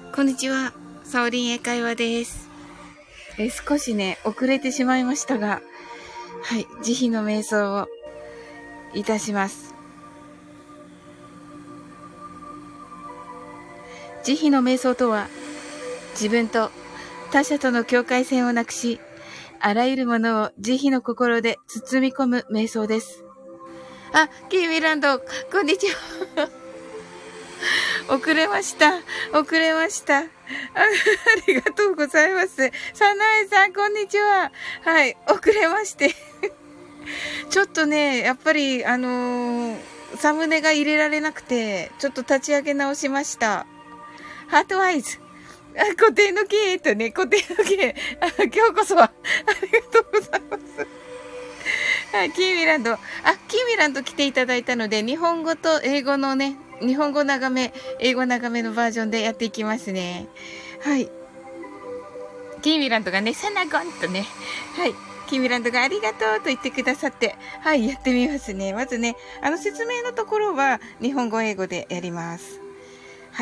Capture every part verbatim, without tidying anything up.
こんにちは。サオリン英会話です。え、少しね、遅れてしまいましたが、はい、慈悲の瞑想をいたします。慈悲の瞑想とは、自分と他者との境界線をなくし、あらゆるものを慈悲の心で包み込む瞑想です。あ、キーミランド、こんにちは。遅れました。遅れました。あ、ありがとうございます。サナエさん、こんにちは。はい、遅れまして。ちょっとね、やっぱり、あのー、サムネが入れられなくて、ちょっと立ち上げ直しました。ハートワイズ。あ、固定のキーとね、固定のキー。あ、今日こそは、ありがとうございます。はい、キーミランド。あ、キーミランド来ていただいたので、日本語と英語のね、日本語長め、英語長めのバージョンでやっていきますね。はい。キーミランドがね、サナゴンとね、はい。キーミランドがありがとうと言ってくださって、はい、やってみますね。まずね、あの説明のところは、日本語、英語でやります。はい。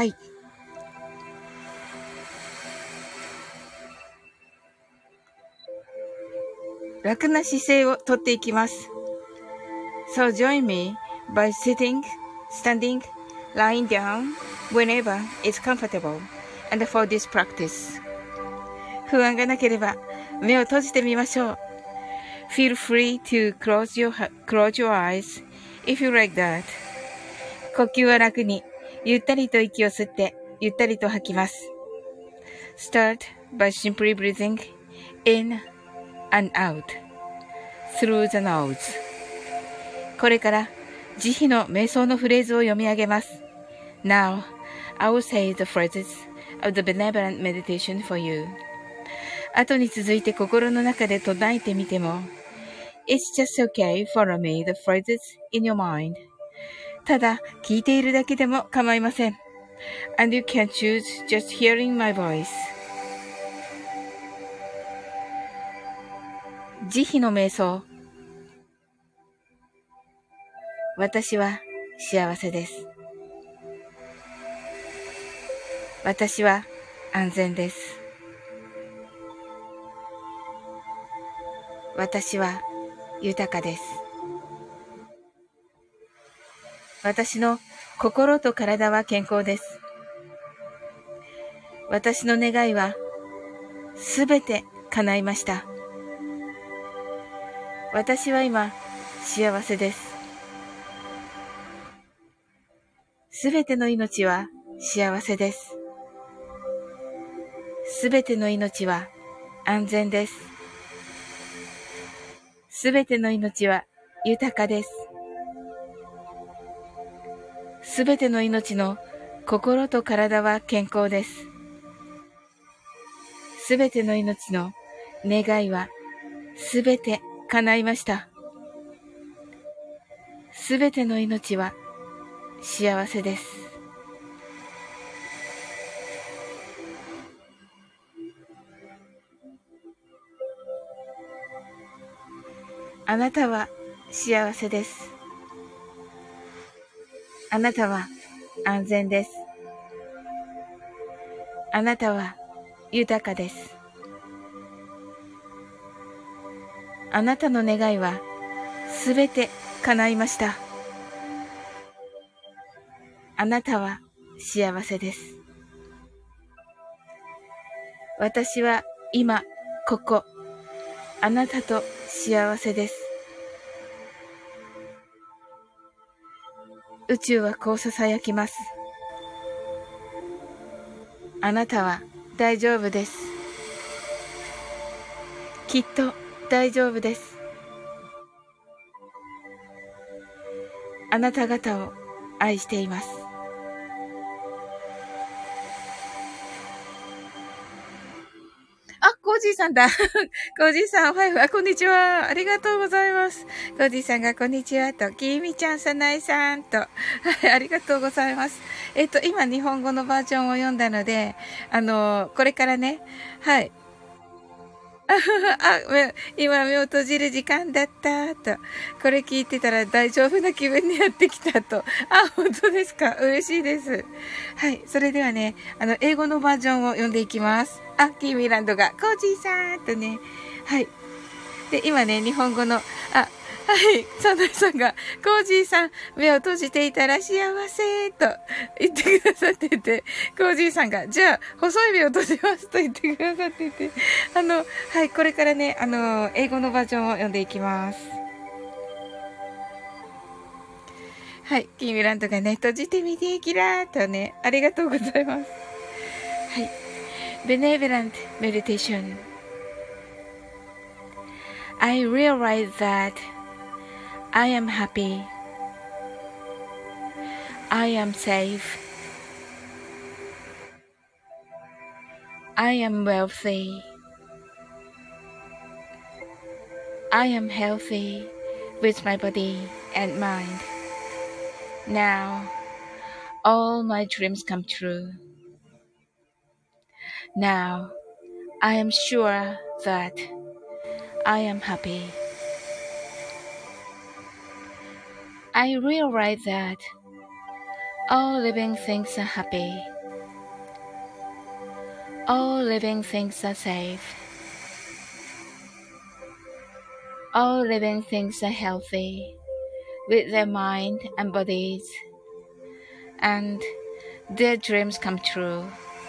楽な姿勢をとっていきます。So join me by sitting, standing, lying down, whenever it's comfortable, and for this practice. 不安がなければ目を閉じてみましょう。Feel free to close your, close your eyes if you like that. 呼吸は楽に、ゆったりと息を吸って、ゆったりと吐きます。Start by simply breathing in and out through the nose. これから慈悲の瞑想のフレーズを読み上げます。Now, I will say the phrases of the benevolent meditation for you. 後に続いて心の中で唱えてみても、It's just okay, follow me the phrases in your mind. ただ聞いているだけでも構いません。And you can choose just hearing my voice. 慈悲の瞑想。私は幸せです。私は安全です。私は豊かです。私の心と体は健康です。私の願いはすべて叶いました。私は今幸せです。すべての命は幸せです。すべての命は安全です。すべての命は豊かです。すべての命の心と体は健康です。すべての命の願いはすべて叶いました。すべての命は幸せです。あなたは幸せです。あなたは安全です。あなたは豊かです。あなたの願いはすべて叶いました。あなたは幸せです。私は今ここ、あなたと幸せです。宇宙はこう囁きます。あなたは大丈夫です。きっと大丈夫です。あなた方を愛しています。あ、コージーさんだ。コージーさん、はい、あ、こんにちは。ありがとうございます。コージーさんがこんにちはと、きーみちゃん、さなえさんと、はい、ありがとうございます。えっと、今日本語のバージョンを読んだので、あの、これからね、はい、 あ、目今目を閉じる時間だったと。これ聞いてたら大丈夫な気分になってきたと。あ、本当ですか。嬉しいです。はい。それではね、あの、英語のバージョンを読んでいきます。あ、キーミランドが、コージーさんとね。はい。で、今ね、日本語の、あ、はい。サナイさんが、コージーさん、目を閉じていたら幸せと言ってくださってて、コージーさんが、じゃあ、細い目を閉じますと言ってくださってて、あの、はい、これからね、あの、英語のバージョンを読んでいきます。はい、キーミランドがね、閉じてみて、キラーとね、ありがとうございます。はい。Benevolent Meditation. I realize that I am happy. I am safe. I am wealthy. I am healthy with my body and mind. Now, all my dreams come true. Now, I am sure that I am happy. I realize that all living things are happy. All living things are safe. All living things are healthy with their mind and bodies, and their dreams come true.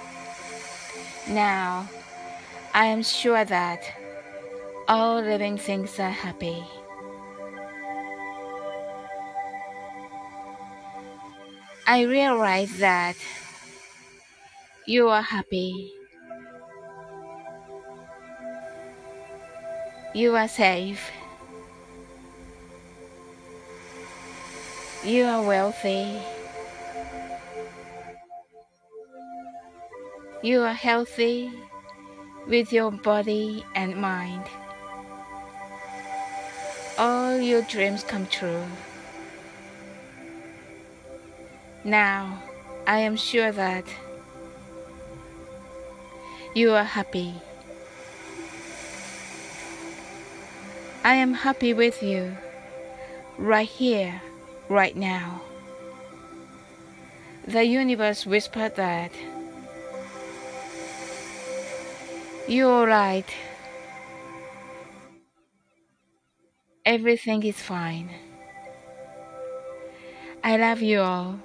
Now, I am sure that all living things are happy. I realize that you are happy. You are safe. You are wealthy. You are healthy with your body and mind. All your dreams come true. Now, I am sure that you are happy. I am happy with you, right here, right now. The universe whispered that you're alright. Everything is fine. I love you all.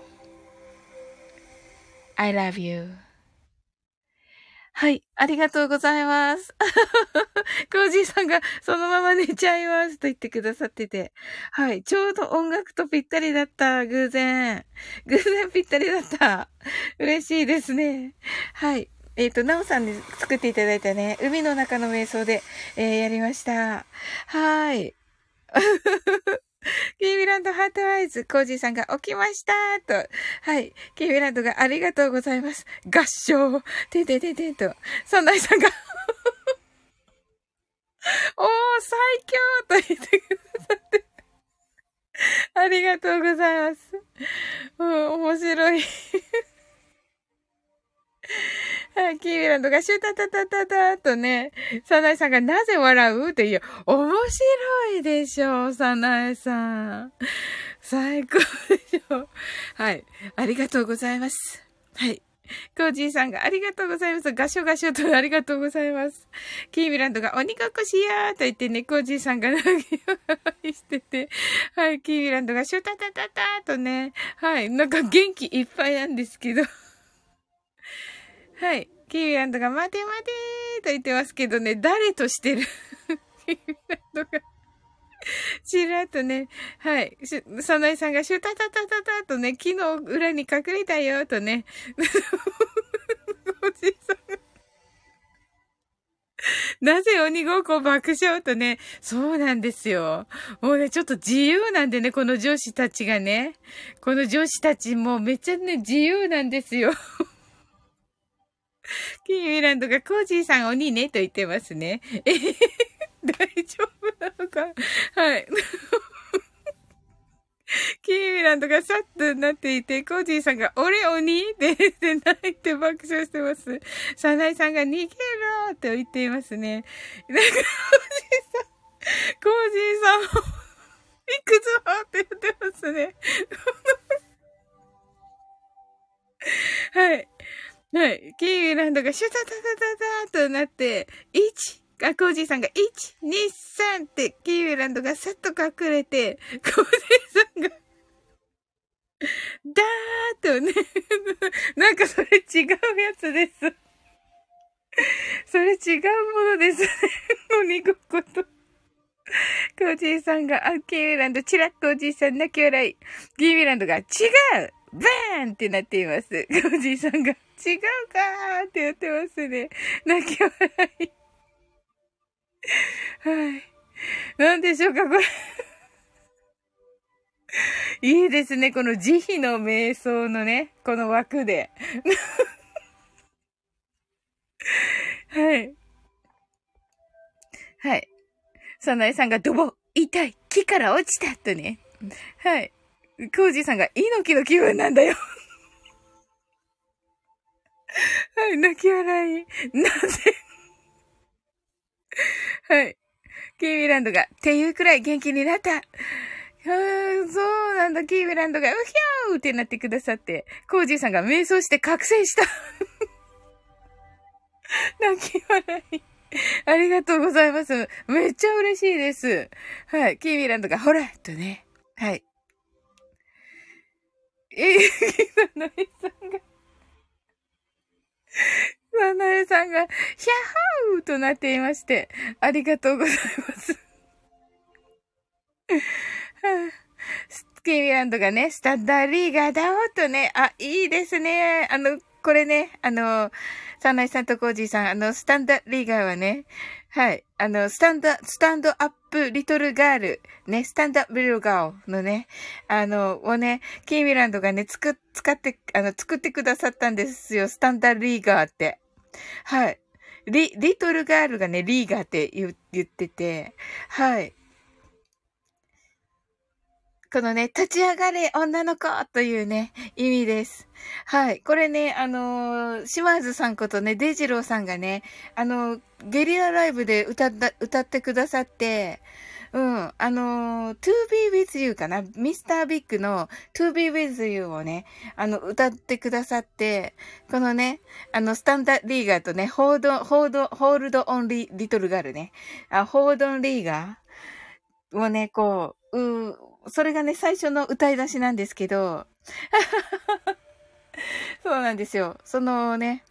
I love you. はい。ありがとうございます。コージーさんがそのまま寝ちゃいますと言ってくださってて。はい。ちょうど音楽とぴったりだった。偶然。偶然ぴったりだった。嬉しいですね。はい。えっと、なおさんに作っていただいたね、海の中の瞑想で、えー、やりました。はい。キーミランドハートアイズ、コージーさんが起きましたと。はい。キーミランドがありがとうございます。合唱。ててててと。サンダイさんがおー、最強と言ってくださって。ありがとうございます。うん、面白い。はい、キーミランドがシュタタタタタとね、サナエさんがなぜ笑うっていう、面白いでしょ、サナエさん。最高でしょ。はい、ありがとうございます。はい。コージーさんがありがとうございます。ガショガショとありがとうございます。キーミランドが鬼ごっこしやーと言ってね、コージーさんが投げ笑いしてて、はい、キーミランドがシュタタタタとね、はい、なんか元気いっぱいなんですけど、はい。キーミランドが待て待てーと言ってますけどね、誰としてるキーミランドが、ちらっとね、はい。サナイさんがシュタタタタタとね、木の裏に隠れたよとね、おじさんが、なぜ鬼ごっこ爆笑とね、そうなんですよ。もうね、ちょっと自由なんでね、この女子たちがね、この女子たちもめっちゃね、自由なんですよ。キーミランドがコージーさん鬼ねと言ってますね。えー、大丈夫なのか。はい。 キーミランドがさっとなっていて、コージーさんが、俺鬼って言って泣いて爆笑してます。サナイさんが逃げろって言っていますね。なんか、コージーさん、コージーさんも、行くぞって言ってますね。はい。はい。キーミランドがシュタタタタタとなって、いち、あ、コージーさんがいち、に、さんって、キーミランドがさっと隠れて、コージーさんが、だーっとね、なんかそれ違うやつです。それ違うものですね。鬼ごっこと。コージーさんが、あ、キーミランド、チラッコージーさん泣き笑い。キーミランドが、違うバーンってなっています。コージーさんが、違うかーってやってますね。泣き笑い。はい。なんでしょうか、これ。いいですね。この慈悲の瞑想のね、この枠で。はい。はい。サナエさんがドボ痛い木から落ちたとね。はい。コージーさんが猪木の気分なんだよ。はい、泣き笑い。なぜはい。キーミランドが、っていうくらい元気になった。そうなんだ、キーミランドが、うひゃーってなってくださって、コージーさんが瞑想して覚醒した。泣き笑い。ありがとうございます。めっちゃ嬉しいです。はい。キーミランドが、ほらとね。はい。えー、サナエさんが、サナエさんが、ヒャッハーとなっていまして、ありがとうございます。スキーミランドがね、スタンダーリーガーだおとね、あ、いいですね。あの、これね、あの、サナイさんとコージーさん、あの、スタンダーリーガーはね、はい、あの、スタンダ、スタンドアップリトルガール、ね、スタンダップリトルガールのね、あの、をね、キーミランドがね、つく、使って、あの、作ってくださったんですよ、スタンダーリーガーって。はい。リ、リトルガールがね、リーガーって言、言ってて、はい。このね、立ち上がれ女の子というね、意味です。はい。これね、あのー、島津さんことね、デイジローさんがね、あのー、ゲリラライブで歌った、歌ってくださって、うん、あのー、to be with you かなミスタービッグの to be with you をね、あの、歌ってくださって、このね、あの、スタンダーリーガーとね、ホード、ホード、ホールドオンリ、リトルガールね、あ、ホードンリーガーをね、こう、うそれがね、最初の歌い出しなんですけど、そうなんですよ。そのね、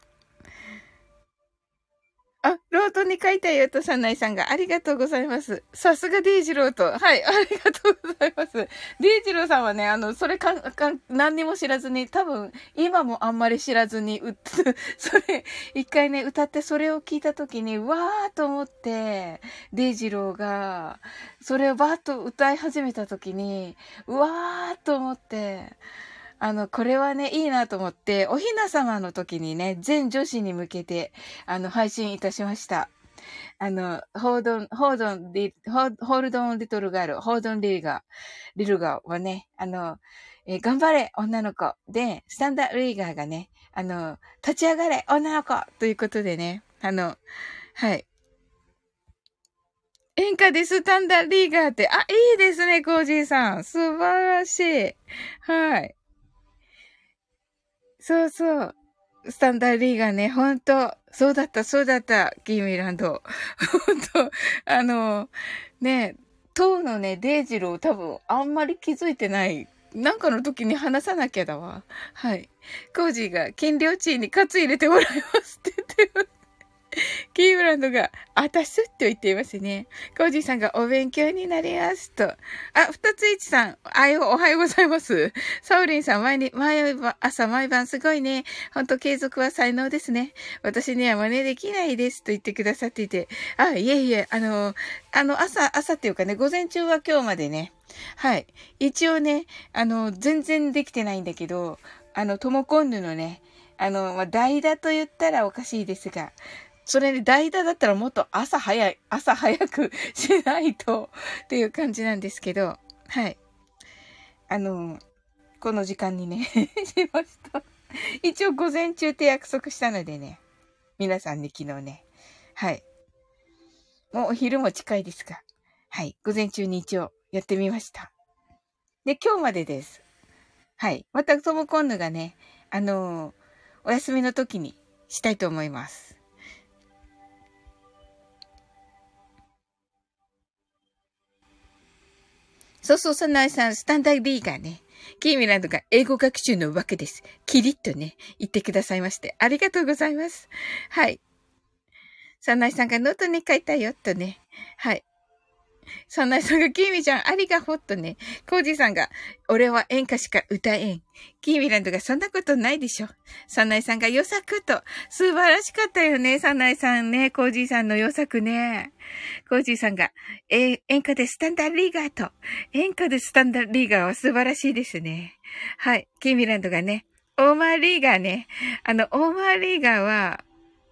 あ、ロートに書いたよと、サナイさんが。ありがとうございます。さすがデイジローと。はい、ありがとうございます。デイジローさんはね、あの、それか、か、何にも知らずに、多分、今もあんまり知らずに、う、それ、一回ね、歌ってそれを聞いたときに、わーと思って、デイジローが、それをバーッと歌い始めたときに、うわーと思って、あの、これはね、いいなと思って、おひな様の時にね、全女子に向けて、あの、配信いたしました。あの、ホードン、ホードンリ、ホーホールドンリトルガール、ホードンリーガー、リルガーはね、あの、えー頑張れ、女の子。で、スタンダーリーガーがね、あの、立ち上がれ、女の子ということでね、あの、はい。演歌でスタンダーリーガーって、あ、いいですね、コージーさん。素晴らしい。はい。そうそう。スタンダーリーがね、ほんと、そうだった、そうだった、キーミランド。ほんと、あの、ね、当のね、デイジロー多分あんまり気づいてない。なんかの時に話さなきゃだわ。はい。コージーが、金量地位にカツ入れてもらいますって言ってます。キーブランドが、あたすって言っていますね。コージーさんがお勉強になりますと。あ、二つ一さん、あよ、おはようございます。サウリンさん、毎日、毎朝毎晩すごいね。ほんと継続は才能ですね。私には真似できないですと言ってくださっていて。あ、いえいえ、あの、あの、朝、朝っていうかね、午前中は今日までね。はい。一応ね、あの、全然できてないんだけど、あの、トモコンヌのね、あの、まあ、代打と言ったらおかしいですが、それで代打だったらもっと朝早い、朝早くしないとっていう感じなんですけど、はい。 あの、この時間にね、しました。一応午前中って約束したのでね、皆さんに昨日ね、はい。もうお昼も近いですが、はい。午前中に一応やってみました。で、今日までです。はい。またトモコンヌがね、あのー、お休みの時にしたいと思います。そうそう、サナイさん、スタンダードリーガーね。キーミランドが英語学習のわけです。キリッとね、言ってくださいまして。ありがとうございます。はい。サナイさんがノートに書いたよ、とね。はい。サナイさんが、キーミちゃん、ありがほっとね。コージーさんが、俺は演歌しか歌えん。キーミランドが、そんなことないでしょ。サナイさんが、良作と。素晴らしかったよね、サナイさんね。コージーさんの良作ね。コージーさんが、えー、演歌でスタンダーリーガーと。演歌でスタンダーリーガーは素晴らしいですね。はい。キーミランドがね、オーマーリーガーね。あの、オーマーリーガーは、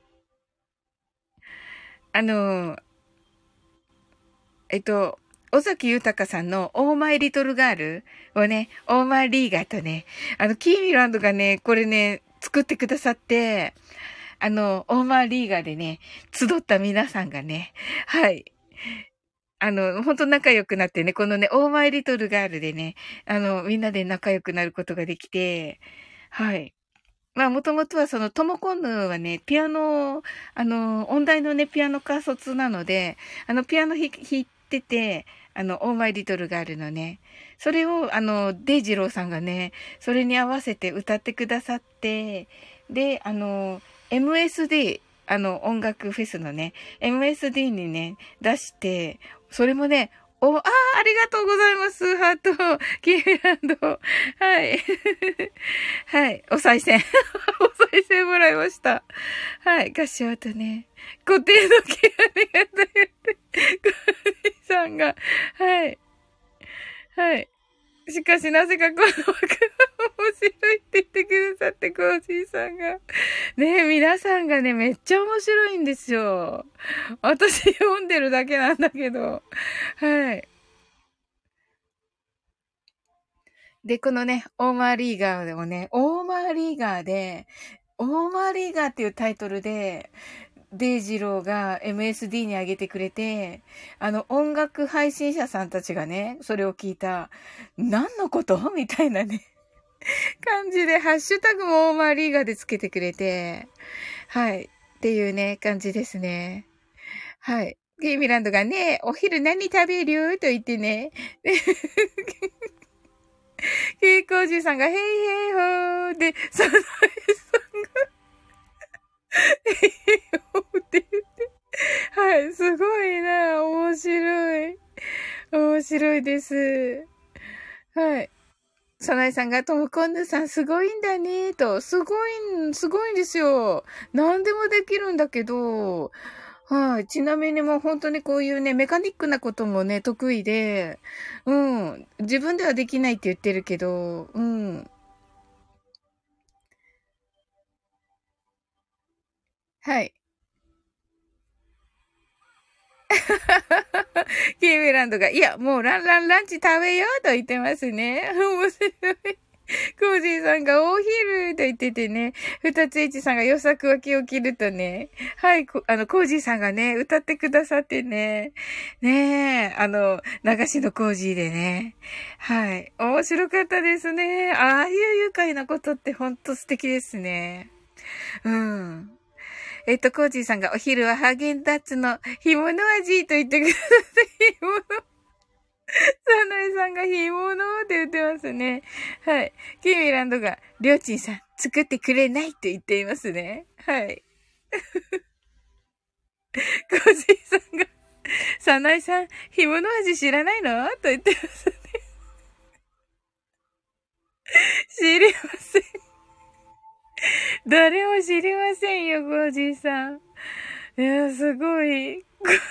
あの、えっと、尾崎豊さんのオーマイリトルガールをね、オーマイリーガーとね、あの、キーミランドがね、これね、作ってくださって、あの、オーマイリーガーでね、集った皆さんがね、はい。あの、ほんと仲良くなってね、このね、オーマイリトルガールでね、あの、みんなで仲良くなることができて、はい。まあ、もともとはその、トモコンヌはね、ピアノ、あの、音大のね、ピアノ科卒なので、あの、ピアノ弾いてて、あの、オーマイリトルガールのね、それを、あの、デイジローさんがね、それに合わせて歌ってくださって、で、あの、エムエスディー、あの、音楽フェスのね、エムエスディー にね、出して、それもね、お、ああ、ありがとうございます。ハート、キーランド。はい。はい。お賽銭。お賽銭もらいました。はい。合唱とね。固定の木ありがとう言って。コージーさんが。はい。はい。しかしなぜかこの枠が面白いって言ってくださって、コージーさんが。ねえ、皆さんがね、めっちゃ面白いんですよ。私読んでるだけなんだけど。はい。で、このね、オーマーリーガーでもね、オーマーリーガーで、オーマーリーガーっていうタイトルで、デイジローが エムエスディー に上げてくれて、あの音楽配信者さんたちがね、それを聞いた、何のことみたいなね、感じで、ハッシュタグもオーマーリーガーでつけてくれて、はい。っていうね、感じですね。はい。ゲイミランドがね、お昼何食べると言ってね。ケイコージーさんが、ヘイヘイホーで、サナエさんが、ヘイヘイホーって言って。はい、すごいな。面白い。面白いです。はい。サナエさんが、トムコンヌさんすごいんだね、と。すごい、すごいんですよ。何でもできるんだけど、はい。ちなみにもう本当にこういうね、メカニックなこともね、得意で、うん。自分ではできないって言ってるけど、うん。はい。キーメランドが、いや、もうランランランチ食べようと言ってますね。面白い。コージーさんがお昼と言っててね、ふたついちさんが予作脇を切るとね、はい、あの、コージーさんがね、歌ってくださってね、ねえ、あの、流しのコージーでね、はい、面白かったですね。ああいう愉快なことってほんと素敵ですね。うん。えっと、コージーさんがお昼はハーゲンダッツの干物味と言ってくださって干物。サナエさんが干物って言ってますね。はい。キーミランドが、りょうちんさん、作ってくれないと言っていますね。はい。コージーさんが、サナエさん、干物味知らないのと言ってますね。知りません。誰も知りませんよ、コージーさん。いや、すごい。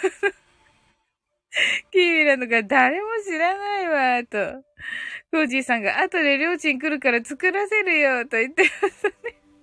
キーミランドが誰も知らないわ、と。コージーさんが、後でりょうちん来るから作らせるよ、と言ってますね。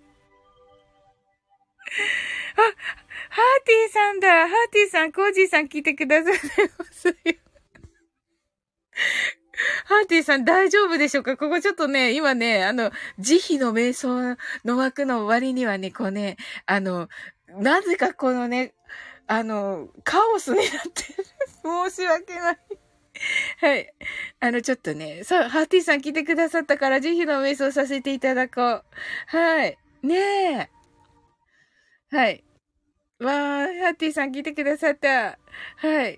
あ、ハーティーさんだ。ハーティーさん、コージーさん来てくださってますよ。 ハーティーさん大丈夫でしょうか？ここちょっとね、今ね、あの、慈悲の瞑想の枠の割にはね、こうね、あの、なぜかこのね、あの、カオスになってる。申し訳ない。はい。あの、ちょっとね、そう、ハーティーさん来てくださったから、慈悲の瞑想させていただこう。はい。ねえ。はい。わー、ハッティさん来てくださった。はい。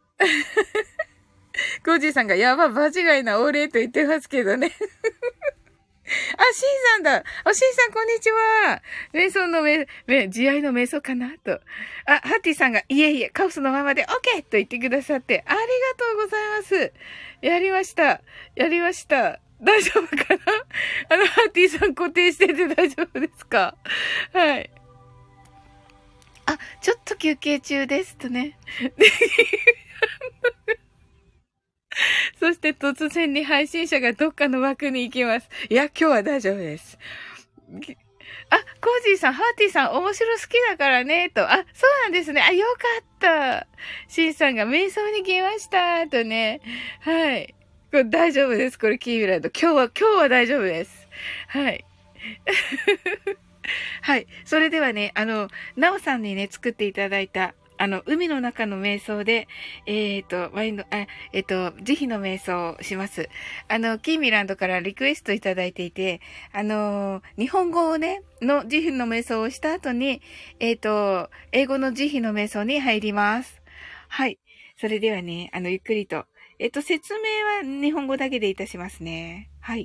コージーさんが、やば、場違いなお礼と言ってますけどね。あ、シーさんだ。あ、シーさん、こんにちは。瞑想のめ、め、慈愛の瞑想かなと。あ、ハッティさんが、いえいえ、カオスのままで OK! と言ってくださって、ありがとうございます。やりました。やりました。大丈夫かな？あの、ハッティさん固定してて大丈夫ですか？はい。あ、ちょっと休憩中ですとね。そして突然に配信者がどっかの枠に行きます。いや、今日は大丈夫です。あ、コージーさん、ハーティーさん、面白好きだからね、と。あ、そうなんですね。あ、よかった。シンさんが瞑想に来ました、とね。はい。これ大丈夫です。これキーミランド。今日は、今日は大丈夫です。はい。はい。それではね、あの、なおさんにね、作っていただいた、あの、海の中の瞑想で、えっ、ー、と、ワインド、あ、えっ、ー、と、慈悲の瞑想をします。あの、キーミランドからリクエストいただいていて、あの、日本語をね、の慈悲の瞑想をした後に、えっ、ー、と、英語の慈悲の瞑想に入ります。はい。それではね、あの、ゆっくりと、えっ、と、説明は日本語だけでいたしますね。はい。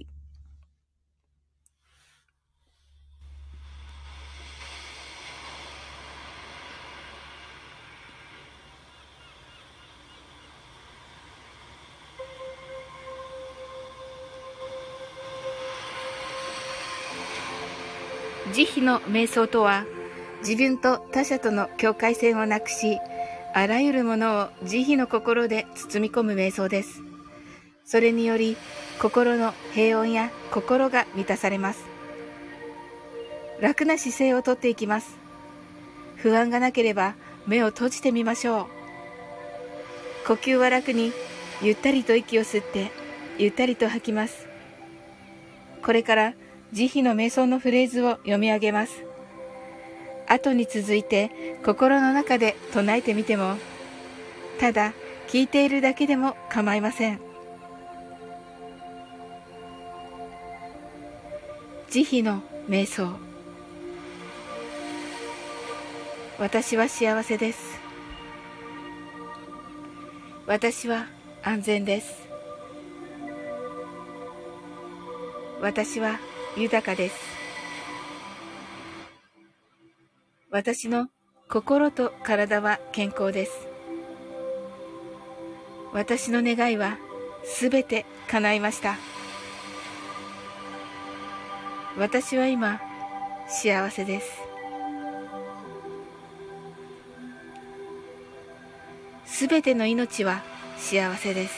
慈悲の瞑想とは、自分と他者との境界線をなくし、あらゆるものを慈悲の心で包み込む瞑想です。それにより、心の平穏や心が満たされます。楽な姿勢をとっていきます。不安がなければ目を閉じてみましょう。呼吸は楽に、ゆったりと息を吸って、ゆったりと吐きます。これから慈悲の瞑想のフレーズを読み上げます。後に続いて心の中で唱えてみても、ただ聞いているだけでも構いません。慈悲の瞑想。私は幸せです。私は安全です。私は豊かです。私の心と体は健康です。私の願いはすべて叶いました。私は今幸せです。すべての命は幸せです。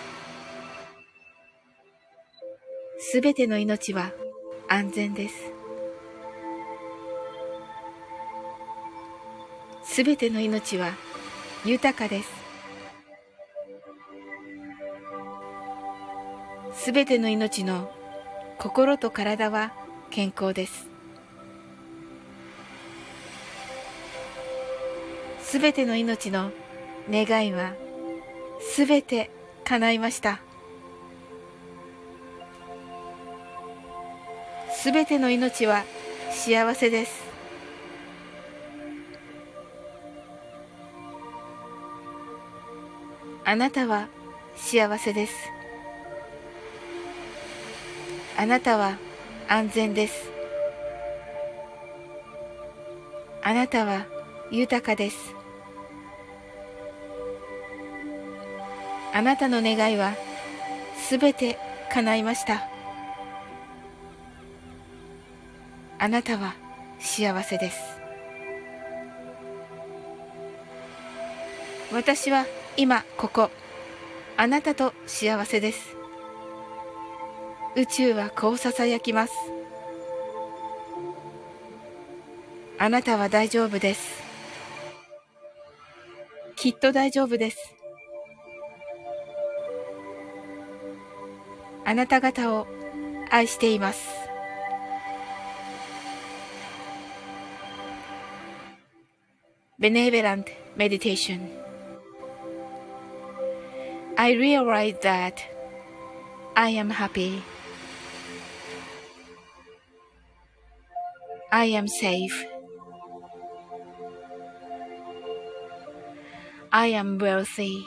すべての命は安全です。すべての命は豊かです。すべての命の心と体は健康です。すべての命の願いはすべて叶いました。すべての命は幸せです。あなたは幸せです。あなたは安全です。あなたは豊かです。あなたの願いはすべて叶いました。あなたは幸せです。私は今ここ、あなたと幸せです。宇宙はこう囁きます。あなたは大丈夫です。きっと大丈夫です。 あなた方を愛しています。Benevolent meditation. I realize that I am happy. I am safe. I am wealthy.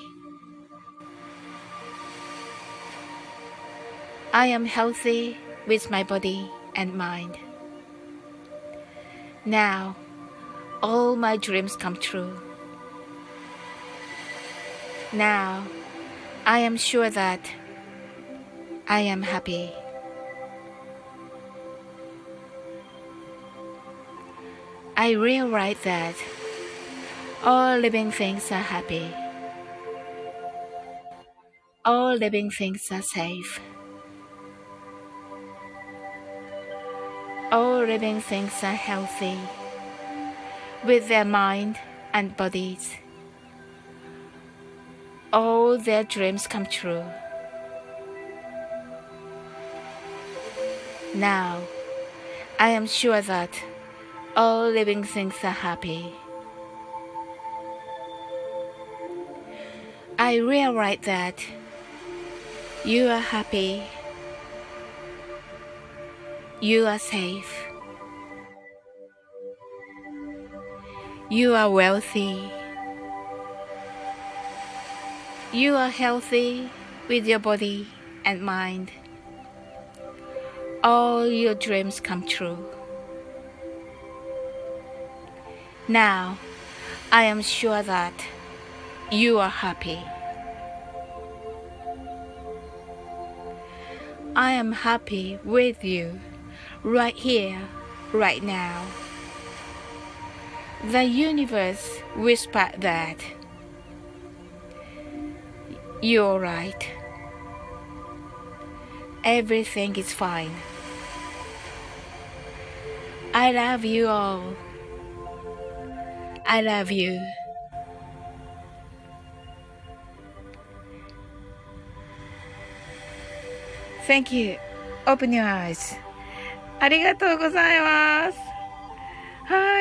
I am healthy with my body and mind. Now, all my dreams come true. Now, I am sure that I am happy. I realize that all living things are happy. All living things are safe. All living things are healthy with their mind and bodies. All their dreams come true. Now, I am sure that all living things are happy. I realize that you are happy. You are safe. You are wealthy. You are healthy with your body and mind. All your dreams come true. Now, I am sure that you are happy. I am happy with you right here, right now. The universe whispered that you're right. Everything is fine. I love you all. I love you. Thank you. Open your eyes. ありがとうございます。はい。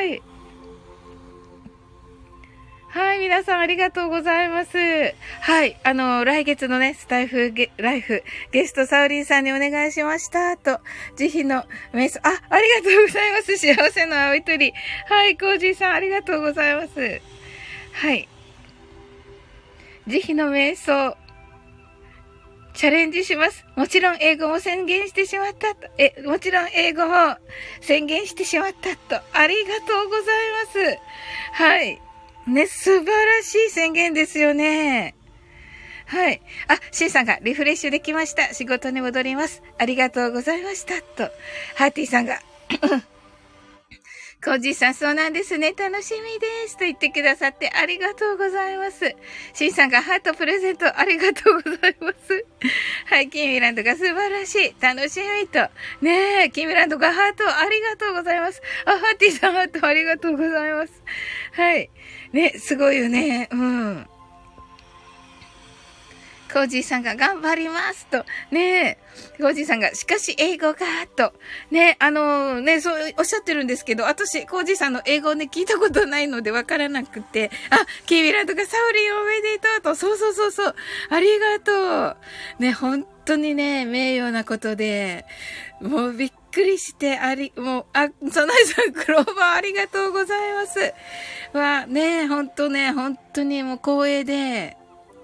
はい、皆さんありがとうございます。はい、あの、来月のね、スタイフゲライフ、ゲストサウリンさんにお願いしました。と、慈悲の瞑想、あ、ありがとうございます。幸せの青い鳥。はい、コージーさんありがとうございます。はい。慈悲の瞑想、チャレンジします。もちろん英語も宣言してしまったと。え、もちろん英語も宣言してしまったと。ありがとうございます。はい。ね、素晴らしい宣言ですよね。はい。あ、シンさんがリフレッシュできました。仕事に戻ります。ありがとうございました。と。ハーティさんが、コージーさん、そうなんですね。楽しみです。と言ってくださってありがとうございます。シンさんがハートプレゼントありがとうございます。はい、キーミランドが素晴らしい。楽しみと。ねえ、キーミランドがハートありがとうございます。あ、ハーティさんハートありがとうございます。はい。ね、すごいよね。うん。コージーさんが頑張りますと。ねえ。コージーさんが、しかし英語が、と。ね、あの、ね、そうおっしゃってるんですけど、私、コージーさんの英語をね、聞いたことないのでわからなくて、あ、キービランドがサウリンおめでとうと。そうそうそうそう。ありがとう。ね、本当にね、名誉なことで、もうびっくりして、あり、もう、あ、そないさん、クローバーありがとうございます。わ、ね、本当ね、本当にもう光栄で、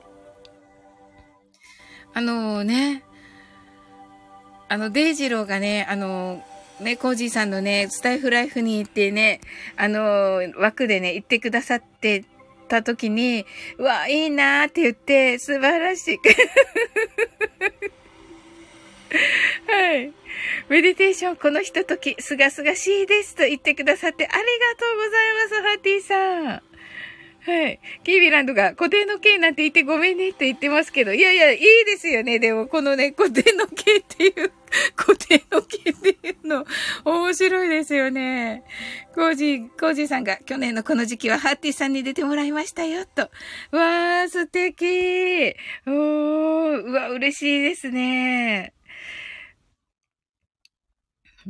あのね、あの、デイジローがね、あの、ね、コージーさんのね、スタイフライフに行ってね、あの、枠でね、行ってくださってた時に、うわ、いいなーって言って、素晴らしい。はい。メディテーション、このひととき、すがすがしいですと言ってくださってありがとうございます、ハッティさん。はい。キービランドが固定の形なんて言ってごめんねって言ってますけど、いやいや、いいですよね。でも、このね、固定の形っていう、固定の形っていうの、面白いですよね。コージー、コージーさんが、去年のこの時期はハッティさんに出てもらいましたよ、と。わー、素敵。おー、うわ、嬉しいですね。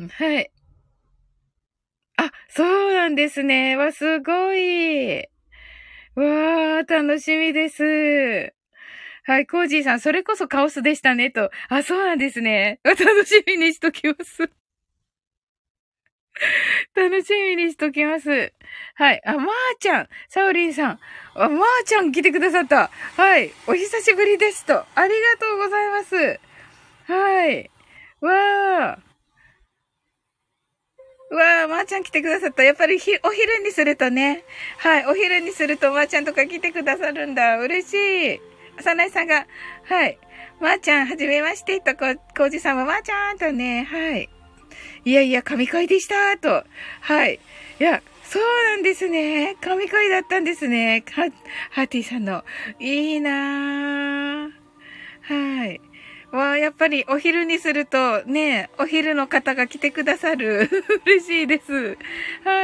はい。あ、そうなんですね。わ、すごい。わー、楽しみです。はい、コージーさん、それこそカオスでしたね、と。あ、そうなんですね。楽しみにしときます。楽しみにしときます。はい。あ、まー、ちゃん、サオリンさん。あ、まー、ちゃん来てくださった。はい。お久しぶりですと。ありがとうございます。はい。わー。うわー、まーちゃん来てくださった。やっぱりひ、お昼にするとね。はい、お昼にするとまーちゃんとか来てくださるんだ。嬉しい。さなえさんが、はい。まーちゃん、はじめまして、と、こ、こうじさんもまーちゃんとね、はい。いやいや、神回でした、と。はい。いや、そうなんですね。神回だったんですね。は、ハーティさんの。いいなー。はい。わあ、やっぱりお昼にすると、ね、お昼の方が来てくださる。嬉しいです。はい。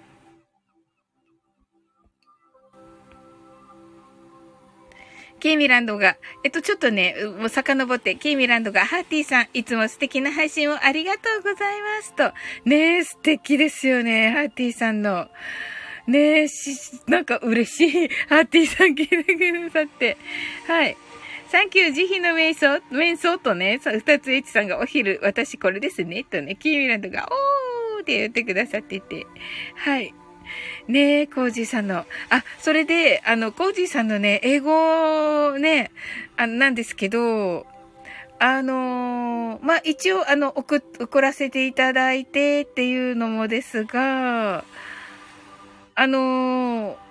キーミランドが、えっと、ちょっとね、もう遡って、キーミランドが、ハーティーさん、いつも素敵な配信をありがとうございますと。ねえ、素敵ですよね、ハーティーさんの。ねえ、し、なんか嬉しい。ハーティーさん聞いてくださって。はい。サンキュー、慈悲の瞑想、瞑想とね、二つエチさんがお昼、私これですね、とね、キーミランドが、おーって言ってくださってて。はい。ねえ、コージーさんの。あ、それで、あの、コージーさんのね、英語ね、あなんですけど、あのーまあ、一応、あの、送、送らせていただいてっていうのもですが、あのー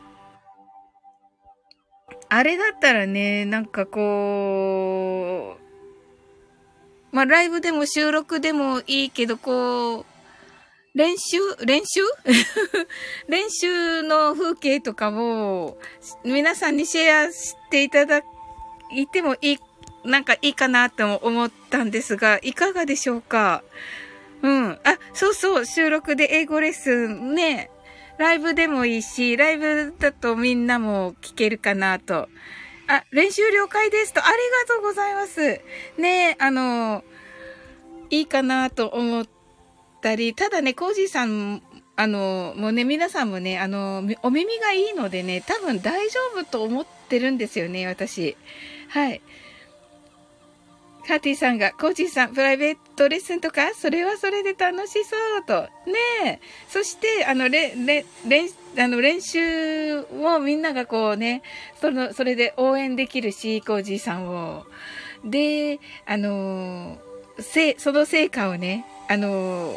あれだったらね、なんかこう、まあ、ライブでも収録でもいいけど、こう、練習練習練習の風景とかを皆さんにシェアしていただいてもいい、なんかいいかなと思ったんですが、いかがでしょうか？うん。あ、そうそう、収録で英語レッスンね、ライブでもいいし、ライブだとみんなも聞けるかなと。あ、練習了解ですと、ありがとうございます。ね、あの、いいかなと思ったり、ただね、コージーさん、あの、もうね、皆さんもね、あの、お耳がいいのでね、多分大丈夫と思ってるんですよね、私。はい。ハーティさんが、コージーさん、プライベートレッスンとか、それはそれで楽しそうと。ねえ。そして、あの、れ、れ、練、あの、練習をみんながこうね、その、それで応援できるし、コージーさんを。で、あの、せ、その成果をね、あの、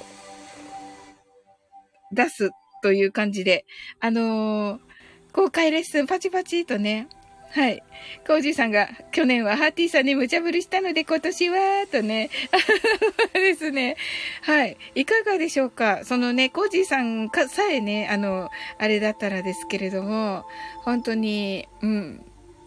出すという感じで、あのー公開レッスンパチパチとね、はい。コージーさんが、去年はハーティーさんに無茶ぶりしたので今年は、とね。ですね。はい。いかがでしょうか？そのね、コージーさんかさえね、あの、あれだったらですけれども、本当に、うん。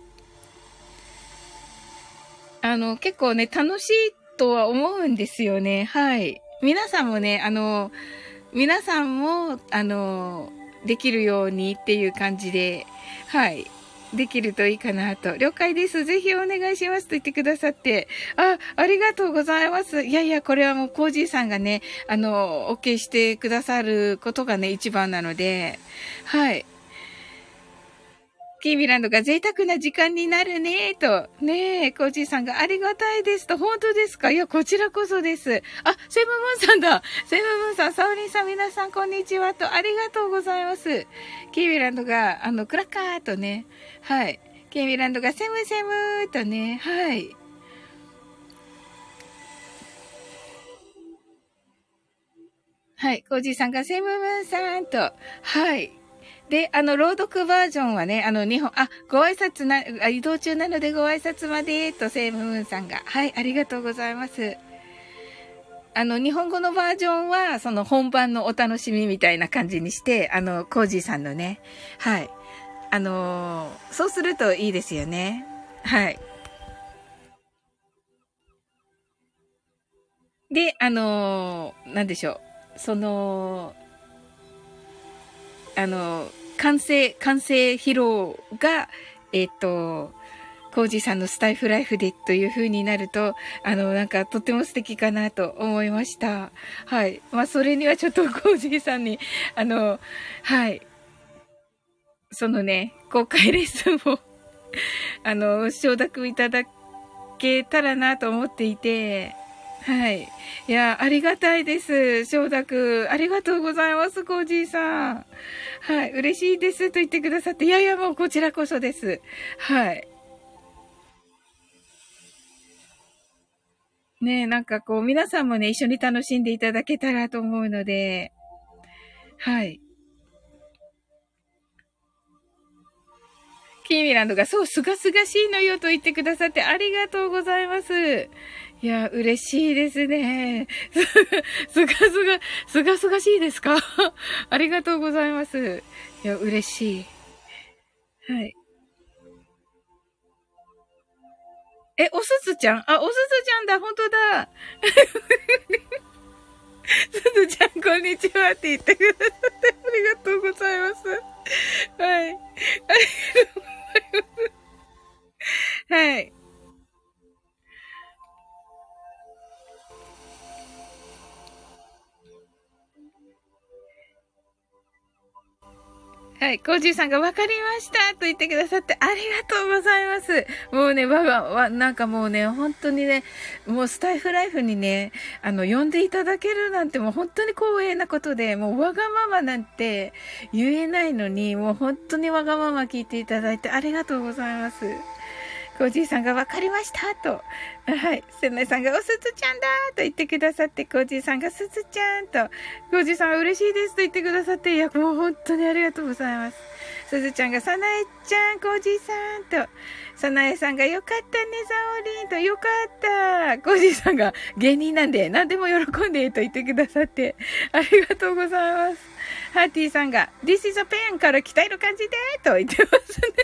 あの、結構ね、楽しいとは思うんですよね。はい。皆さんもね、あの、皆さんも、あの、できるようにっていう感じで、はい。できるといいかなと。了解です。ぜひお願いしますと言ってくださって。あ、ありがとうございます。いやいや、これはもうコージーさんがね、あの、OK してくださることがね、一番なので、はい。キーミランドが贅沢な時間になるね、と。ねえ、コージーさんがありがたいですと。本当ですか？いや、こちらこそです。あ、セムムーンさんだ。セムムーンさん、サオリンさん、皆さん、こんにちは、と。ありがとうございます。キーミランドが、あの、クラッカーとね。はい。キーミランドが、セムセムとね。はい。はい。コージーさんが、セムムーンさんと。はい。で、あの、朗読バージョンはね、あの、日本、あ、ご挨拶な、あ移動中なのでご挨拶まで、と、セイムムーンさんが。はい、ありがとうございます。あの、日本語のバージョンは、その本番のお楽しみみたいな感じにして、あの、コージーさんのね、はい。あのーそうするといいですよね。はい。で、あのーなんでしょう。その、あの、完成、完成披露が、えっと、 コージーさんのスタイフライフでという風になると、あの、なんかとっても素敵かなと思いました。はい。まあ、それにはちょっとコージーさんに、あの、はい。そのね、公開レッスンを、あの、承諾いただけたらなと思っていて、はい。いや、ありがたいです。承諾。ありがとうございます、コージーさん。はい。嬉しいですと言ってくださって、いやいや、もうこちらこそです。はい。ねえ、なんかこう、皆さんもね、一緒に楽しんでいただけたらと思うので、はい。キーミランドが、そう、すがすがしいのよと言ってくださってありがとうございます。いや、嬉しいですね。す、すがすが、すがすがしいですか？ありがとうございます。いや、嬉しい。はい。え、おすずちゃんあ、おすずちゃんだ、本当だ。すずちゃん、こんにちはって言ってくださってありがとうございます。はい。ありがとうございます。はい。はい。コージーさんが分かりましたと言ってくださってありがとうございます。もうね、わが、わ、なんかもうね、本当にね、もうスタイフライフにね、あの、呼んでいただけるなんてもう本当に光栄なことで、もうわがままなんて言えないのに、もう本当にわがまま聞いていただいてありがとうございます。コージーさんが分かりましたと。はい。セナイさんがおすずちゃんだと言ってくださって、コージーさんがすずちゃんと、コージーさんが嬉しいですと言ってくださって、いや、もう本当にありがとうございます。すずちゃんがサナエちゃん、コージーさんと、サナエさんがよかったね、ザオリンと、よかった。コージーさんが芸人なんで、何でも喜んでと言ってくださって、ありがとうございます。ハーティーさんが、This is a pen から鍛える感じでと言ってますね。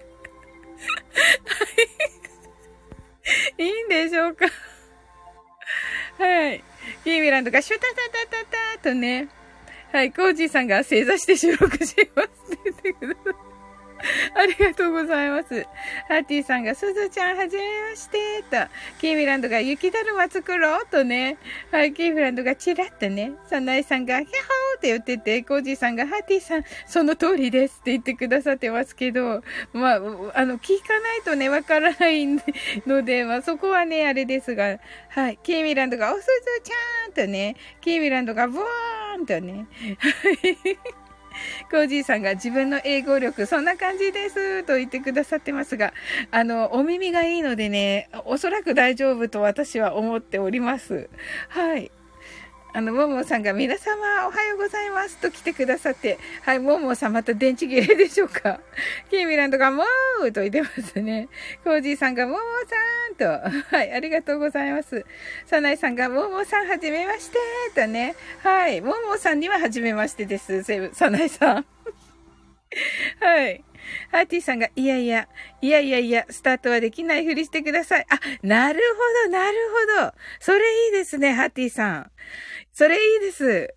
いいんでしょうか？はい。キーミランドがシュタタタタタとね。はい。コージーさんが正座して収録しますって言ってください。ありがとうございます。ハーティーさんが、すずちゃんはじめまして、と。キーミランドが、雪だるま作ろう、とね。はい、キーミランドがチラッとね。サナエさんが、ヒャッホーって言ってて、コージーさんが、ハーティーさん、その通りですって言ってくださってますけど、まあ、あの、聞かないとね、わからないので、まあ、そこはね、あれですが、はい、キーミランドが、おすずちゃんとね、キーミランドが、ブワーンとね。はいコージーさんが自分の英語力、そんな感じですと言ってくださってますが、あの、お耳がいいのでね、おそらく大丈夫と私は思っております。はい。あの、ももさんが皆様おはようございますと来てくださって、はい、ももさんまた電池切れでしょうか？キーミランドがもーと言ってますね。コージーさんがももさんと、はい、ありがとうございます。サナイさんがももさんはじめましてとね、はい、ももさんにははじめましてです、サナイさん。はい。ハーティーさんが、いやいや、いやいやいや、スタートはできないふりしてください。あ、なるほど、なるほど。それいいですね、ハーティーさん。それいいです。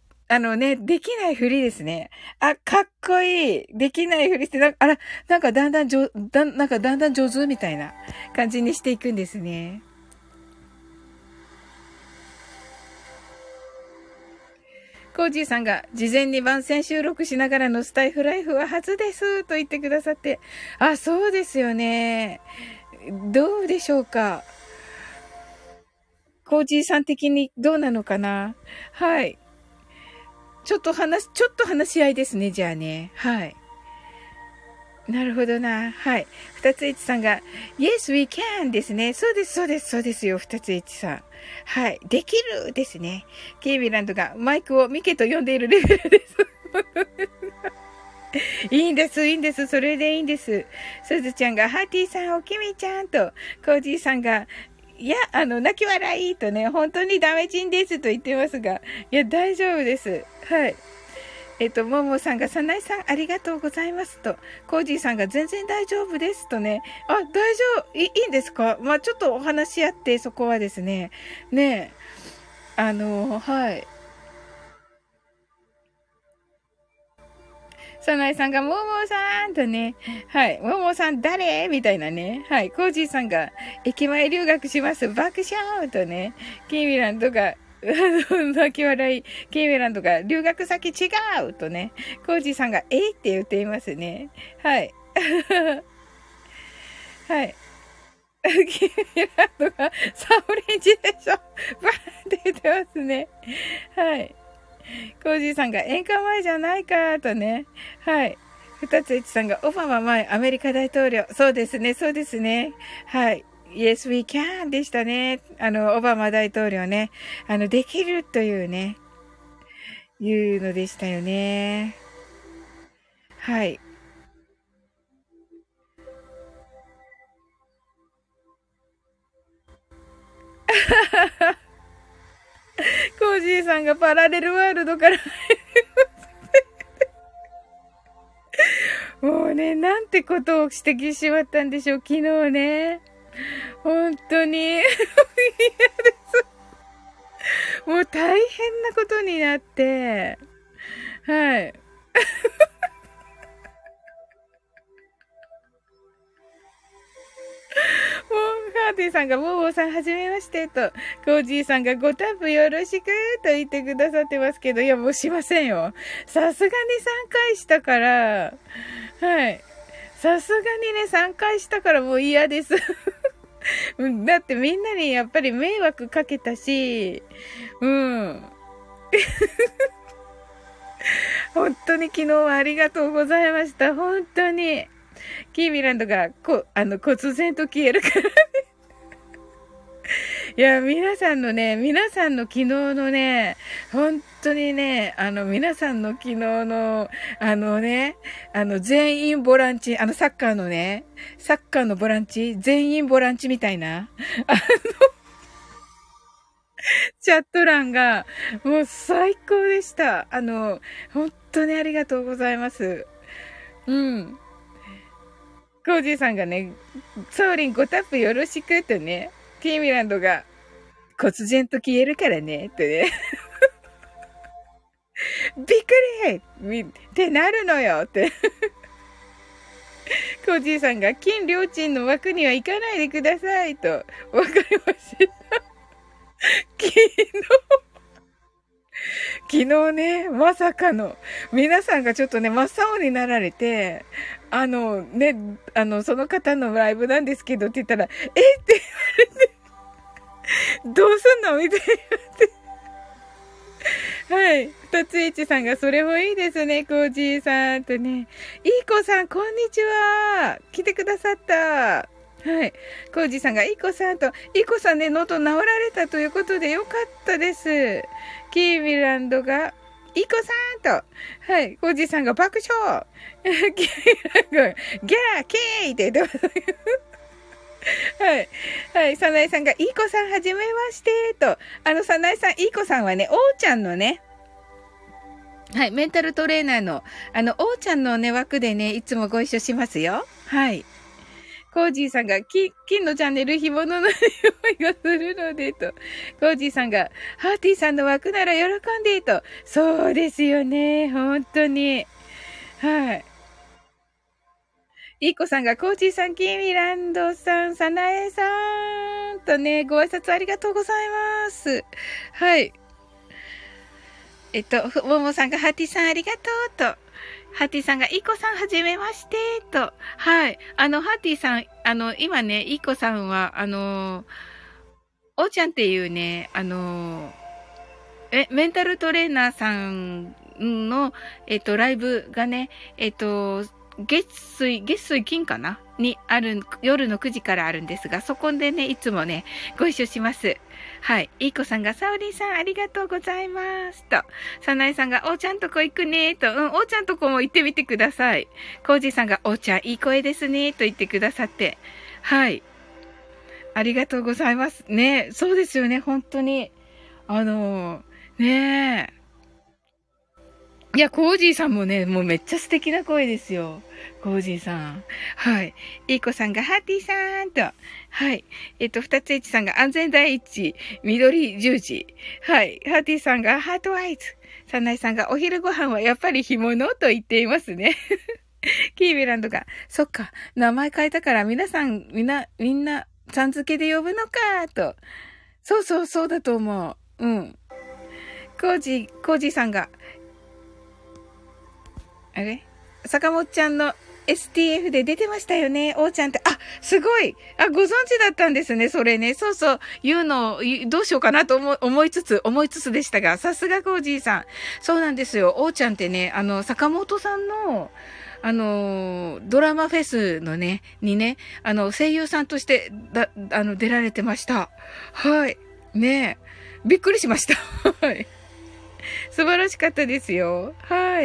あのね、できないふりですね。あ、かっこいい。できないふりして、なあら、なんかだんだん上、だん、なんかだんだん上手みたいな感じにしていくんですね。コージーさんが事前に番宣収録しながらのスタイフライフは初ですと言ってくださって。あ、そうですよね。どうでしょうか。コージーさん的にどうなのかな。はい。ちょっと話、ちょっと話し合いですね、じゃあね。はい。なるほどな。はい。二つ一さんが、Yes, we can ですね。そうです、そうです、そうですよ。二つ一さん。はい。できるですね。ケイビランドがマイクをミケと呼んでいるレベルです。いいんです、いいんです。それでいいんです。すずちゃんが、ハーティーさん、おきみちゃんと、コージーさんが、いや、あの、泣き笑いとね、本当にダメチンですと言ってますが、いや、大丈夫です。はい。えっと、ももさんが、さなえさん、ありがとうございますと、コージーさんが、全然大丈夫ですとね、あ、大丈夫、いいいんですか？まあ、ちょっとお話し合って、そこはですね、ねえ、あの、はい。 サナエさんが、ももさんとね、はい、ももさん誰みたいなね。はい、コージーさんが、駅前留学します。爆笑とね、キーミランドが、泣き笑い、キーミランドが、留学先違うとね、コージーさんが、えいって言っていますね。はい。はい。キーミランドが、サオリンジでしょバーンって言ってますね。はい。コージーさんが演歌前じゃないかとね。はい。二ついちさんがオバマ前アメリカ大統領。そうですね、そうですね。はい。Yes, we can でしたね。あの、オバマ大統領ね。あの、できるというね、いうのでしたよね。はい。コージーさんがパラレルワールドからもうね、なんてことを指摘しまったんでしょう、昨日ね。本当に。嫌です。もう大変なことになって。はい。もう、ハーティーさんが、ボーボーさんはじめましてと、コージーさんがごタップよろしくと言ってくださってますけど、いや、もうしませんよ。さすがにさんかいしたから、はい。さすがにね、さんかいしたからもう嫌です。だってみんなにやっぱり迷惑かけたし、うん。本当に昨日はありがとうございました。本当に。キーミランドが、こ、あの、忽然と消えるからね。いや、皆さんのね、皆さんの昨日のね、本当にね、あの、皆さんの昨日の、あのね、あの、全員ボランチ、あの、サッカーのね、サッカーのボランチ、全員ボランチみたいな、あの、チャット欄が、もう最高でした。あの、本当にありがとうございます。うん。コージーさんがね、ソーリンごタップよろしくとね、キーミランドが、忽然と消えるからね、ってね。びっくりってなるのよって。コージーさんが、金両親の枠には行かないでくださいと。わかりました。昨日、昨日ね、まさかの、皆さんがちょっとね、真っ青になられて、あのね、あの、その方のライブなんですけどって言ったら、えって言われて、どうすんのみたいになって。はい。とついちさんが、それもいいですね、コージーさんとね。いい子さん、こんにちは。来てくださった。はい。コージーさんが、いい子さんと、いい子さんね、喉治られたということでよかったです。キーミランドが、いい子さんと、はい。コージーさんが爆笑。キーミランドが、ギャー、ケーイって言ってます。はい。はい。サナエさんが、いい子さんはじめまして、と。あの、サナエさん、いい子さんはね、おーちゃんのね、はい。メンタルトレーナーの、あの、おーちゃんのね、枠でね、いつもご一緒しますよ。はい。コージーさんが、き、金のチャンネル干物の匂いがするので、と。コージーさんが、ハーティーさんの枠なら喜んで、と。そうですよね。本当に。はい。いい子さんが、コーチーさん、キーミランドさん、サナエさんとね、ご挨拶ありがとうございます。はい。えっと、ももさんが、ハティさんありがとうと。ハティさんが、いい子さんはじめましてと。はい。あの、ハティさん、あの、今ね、いい子さんは、あの、おーちゃんっていうね、あの、え、メンタルトレーナーさんの、えっと、ライブがね、えっと、月水、月水金かなにある、夜のくじからあるんですが、そこでね、いつもね、ご一緒します。はい。いい子さんが、サオリンさんありがとうございます。と。サナエさんが、おーちゃんとこ行くね。と。うん、おーちゃんとこも行ってみてください。コージーさんが、おーちゃんいい声ですね。と言ってくださって。はい。ありがとうございます。ね、そうですよね、本当に。あの、ねえ。いや、コージーさんもね、もうめっちゃ素敵な声ですよ。コージーさん。はい。いい子さんが、ハーティーさんと。はい。えっと、二つ H さんが安全第一、緑十字。はい。ハーティーさんが、ハートワイズ。 サナイさんがお昼ご飯はやっぱり干物と言っていますね。キーミランドが、そっか、名前変えたから皆さん、みんな、みんな、さん付けで呼ぶのか、と。そうそうそうだと思う。うん。コージ、コージさんが、あれ坂本ちゃんの エスティーエフ で出てましたよね。おーちゃんって。あ、すごい。あ、ご存知だったんですね。それね。そうそう。言うの、どうしようかなと思思いつつ、思いつつでしたが、さすがコージーさん。そうなんですよ。おーちゃんってね、あの、坂本さんの、あの、ドラマフェスのね、にね、あの、声優さんとして、だ、あの、出られてました。はい。ねえ。びっくりしました。はい。素晴らしかったですよ。はい。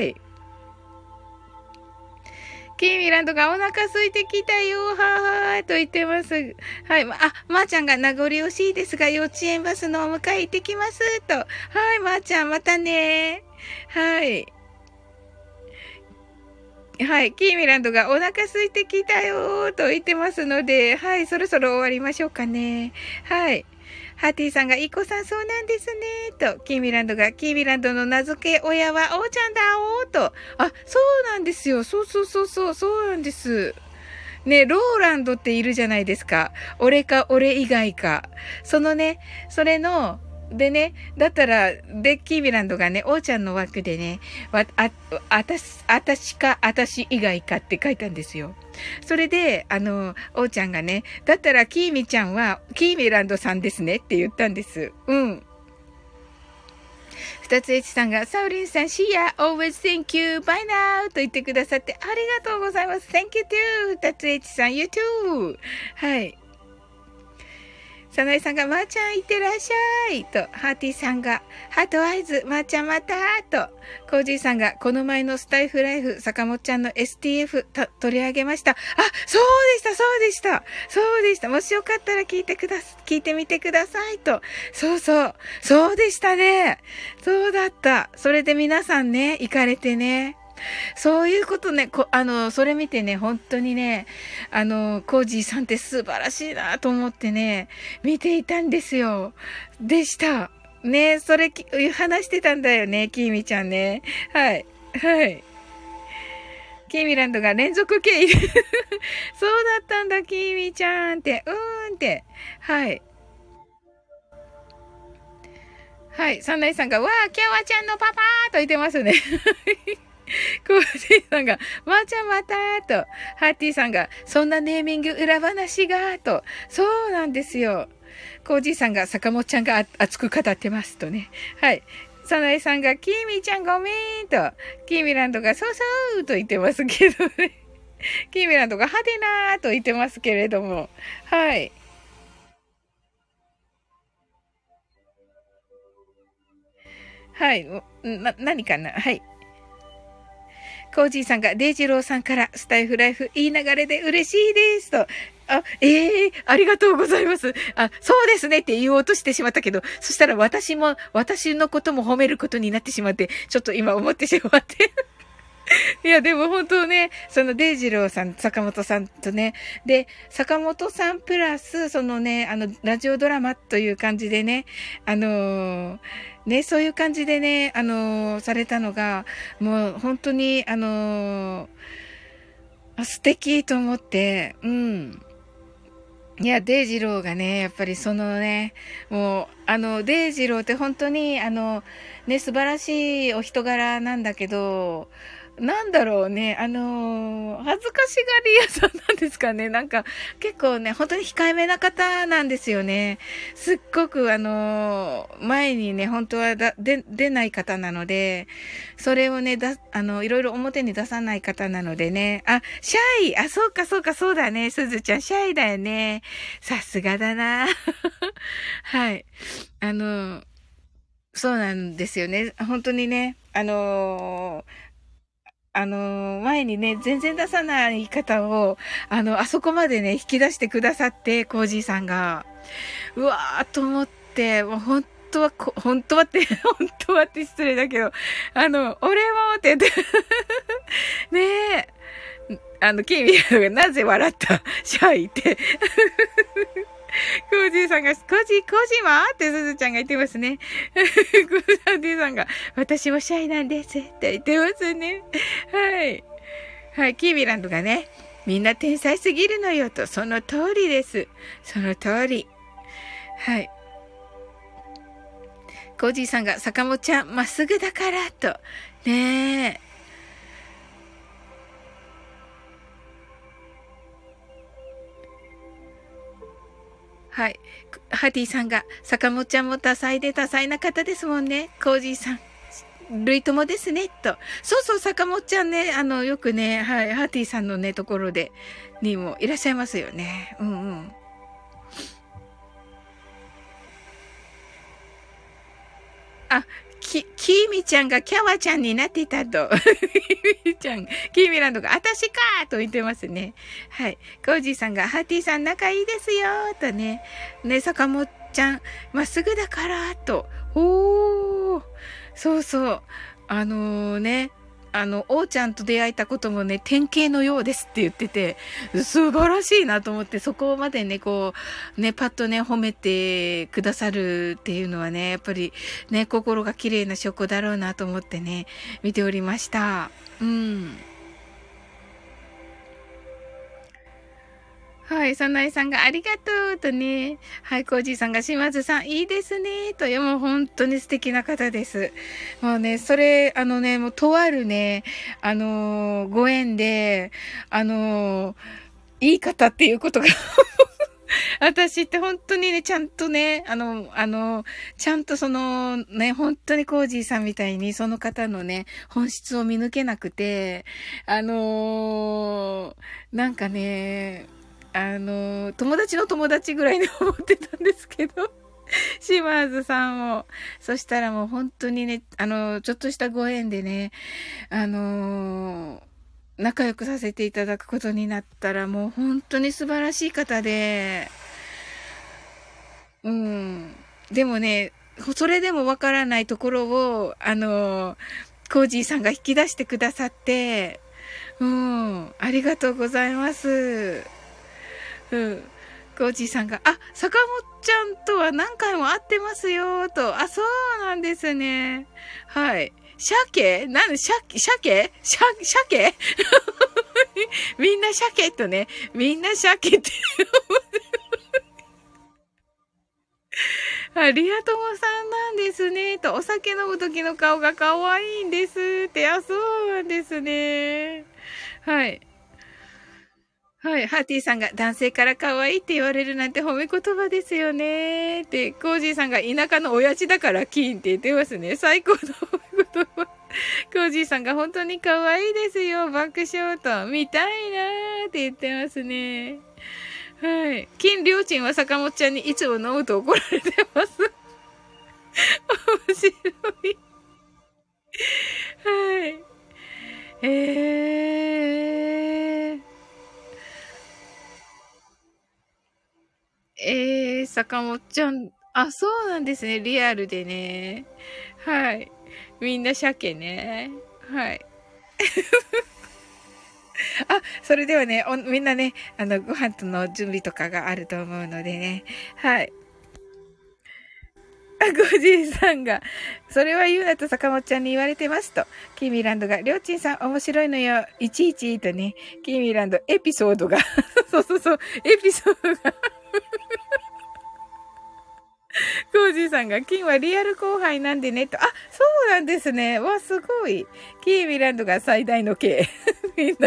キーミランドがお腹空いてきたよ、はーはーと言ってます。はい。あ、まー、あ、ちゃんが名残惜しいですが、幼稚園バスのお迎え行ってきます。と。はい、まー、あ、ちゃん、またね。はい。はい。キーミランドがお腹空いてきたよーと言ってますので、はい。そろそろ終わりましょうかね。はい。ハーティーさんが、イコさんそうなんですね。と、キーミランドが、キーミランドの名付け親は、おーちゃんだおーと。あ、そうなんですよ。そうそうそうそう、そうなんです。ね、ローランドっているじゃないですか。俺か俺以外か。そのね、それの、でね、だったら、で、キーミランドがね、おーちゃんの枠でね、わ、あ、あたし、あたしか、あたし以外かって書いたんですよ。それで、あの、おーちゃんがね、だったらキーミちゃんは、キーミランドさんですねって言ったんです。うん。二つ H さんが、サウリンさん、See ya, always thank you, bye now と言ってくださって、ありがとうございます。Thank you too! 二つ H さん、You too! はい。サナエさんが、まーちゃんいってらっしゃいと、ハーティーさんが、ハートアイズ、まーちゃんまたと、コージーさんが、この前のスタイフライフ、坂本ちゃんの エスティーエフ と取り上げました。あ、そうでした、そうでした、そうでした。もしよかったら聞いてくだす、聞いてみてくださいと。そうそう、そうでしたね。そうだった。それで皆さんね、行かれてね。そういうことね、こ、あの、それ見てね、本当にね、あの、コージーさんって素晴らしいなと思ってね、見ていたんですよ。でした。ね、それ、話してたんだよね、キーミちゃんね。はい。はい。キーミランドが連続経緯。そうだったんだ、キーミちゃんって。うーんって。はい。はい。サンナイさんが、わー、キャワちゃんのパパーと言ってますね。コージーさんが、まーちゃんまたーと、ハーティーさんが、そんなネーミング裏話がと、そうなんですよ。コージーさんが、坂本ちゃんが熱く語ってますとね。はい。サナエさんが、キーミーちゃんごめんと、キーミランドが、そうそうと言ってますけどね。キーミランドが、派手なーと言ってますけれども。はい。はい。な、何かなはい。コージーさんが、デイジローさんからスタイフライフいい流れで嬉しいですと。あ、ええー、ありがとうございます。あ、そうですねって言おうとしてしまったけど、そしたら私も、私のことも褒めることになってしまって、ちょっと今思ってしまって。いや、でも本当ね、そのデイジローさん、坂本さんとね、で、坂本さんプラス、そのね、あの、ラジオドラマという感じでね、あのー、ね、そういう感じでね、あのー、されたのが、もう本当に、あのー、素敵と思って、うん。いや、デイジローがね、やっぱりそのね、もう、あの、デイジローって本当に、あの、ね、素晴らしいお人柄なんだけど、なんだろうね、あのー、恥ずかしがり屋さんなんですかね。なんか、結構ね、本当に控えめな方なんですよね。すっごく、あのー、前にね、本当はだ、で、出ない方なので、それをね、だ、あの、いろいろ表に出さない方なのでね。あ、シャイあ、そうか、そうか、そうだね。すずちゃん、シャイだよね。さすがだな。はい。あのー、そうなんですよね。本当にね、あのー、あの、前にね、全然出さない方を、あの、あそこまでね、引き出してくださって、コージーさんが。うわーと思って、もう本当はこ、本当はって、本当はって失礼だけど、あの、俺もって言って、ねえ、あの、キーミラがなぜ笑ったシャイって。 コージーさんが、コジ、コジマってすずちゃんが言ってますね。コーサンディさんが、私もシャイなんですって言ってますね。はい。はい、キーミランドがね、みんな天才すぎるのよと、その通りです。その通り。はい。コージーさんが、坂本ちゃん、まっすぐだから、と。ねえ。はい。ハティさんが、坂本ちゃんも多彩で多彩な方ですもんね。コージーさん。類友ですね、と。そうそう、坂本ちゃんね、あの、よくね、はい、ハティさんのね、ところで、にもいらっしゃいますよね。うんうん。あ、き、きみちゃんがキャワちゃんになってたと。きみちゃん、キーミランドが、あたしかーと言ってますね。はい。コージーさんが、ハティさん仲いいですよーとね。ね、坂本ちゃん、まっすぐだからーと。おー。そうそう。あのー、ね。あの、王ちゃんと出会えたこともね、典型のようですって言ってて、素晴らしいなと思って、そこまでね、こう、ね、パッとね、褒めてくださるっていうのはね、やっぱりね、心が綺麗な証拠だろうなと思ってね、見ておりました。うん。はい、サナイさんがありがとうとね。はい、コージーさんが島津さんいいですねと。いや、もう本当に素敵な方です。もうね、それ、あのね、もうとあるね、あのーご縁で、あのーいい方っていうことが私って本当にね、ちゃんとね、あの、あの、ちゃんとそのね、本当にコージーさんみたいにその方のね、本質を見抜けなくて、あのーなんかね、あの、友達の友達ぐらいに思ってたんですけど、島津さんを。そしたらもう本当にね、あの、ちょっとしたご縁でね、あの、仲良くさせていただくことになったらもう本当に素晴らしい方で、うん。でもね、それでもわからないところを、あの、コージーさんが引き出してくださって、うん、ありがとうございます。うん。コージーさんが、あ、坂本ちゃんとは何回も会ってますよ、と。あ、そうなんですね。はい。鮭なん鮭鮭鮭みんな鮭とね、みんな鮭って。あ、リア友さんなんですね。と、お酒飲む時の顔が可愛いんですって。あ、そうなんですね。はい。はい。ハーティーさんが男性から可愛いって言われるなんて褒め言葉ですよね。って、コージーさんが田舎の親父だから金って言ってますね。最高の褒め言葉。コージーさんが本当に可愛いですよ。爆笑と。見たいなーって言ってますね。はい。金良鎮は坂本ちゃんにいつも飲むと怒られてます。面白い。はい。えー。えー、坂本ちゃん、あ、そうなんですね。リアルでね。はい。みんな鮭ね。はい。あ、それではね、おみんなね、あの、ご飯との準備とかがあると思うのでね。はい。あ、ゴジーさんが、それは言うなと坂本ちゃんに言われてますと。キーミランドが、りょうちんさん面白いのよ。いちいちとね。キーミランド、エピソードが。そうそうそう、エピソードが。コージーさんが、金はリアル後輩なんでね、と。あ、そうなんですね。わ、すごい。キーミランドが最大の K。みんな、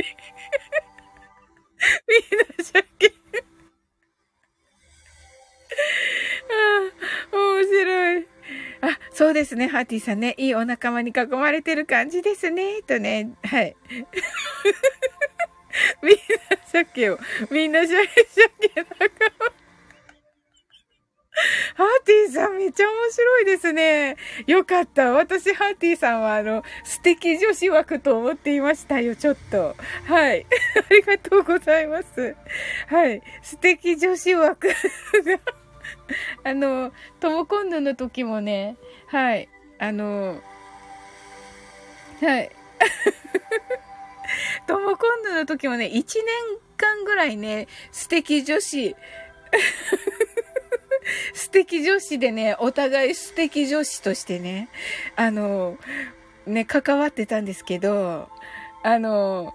みんな鮭。ああ、面白い。あ、そうですね、ハーティーさんね。いいお仲間に囲まれてる感じですね。とね。はい。みんな鮭を、みんな鮭、鮭仲間。ハーティーさんめっちゃ面白いですね。よかった。私、ハーティーさんは、あの、素敵女子枠と思っていましたよ、ちょっと。はい。ありがとうございます。はい。素敵女子枠があの、トモコンヌの時もね、はい。あの、はい。トモコンヌの時もね、いちねんかんぐらいね、素敵女子素敵女子でね、お互い素敵女子としてね、あの、ね、関わってたんですけど、あの、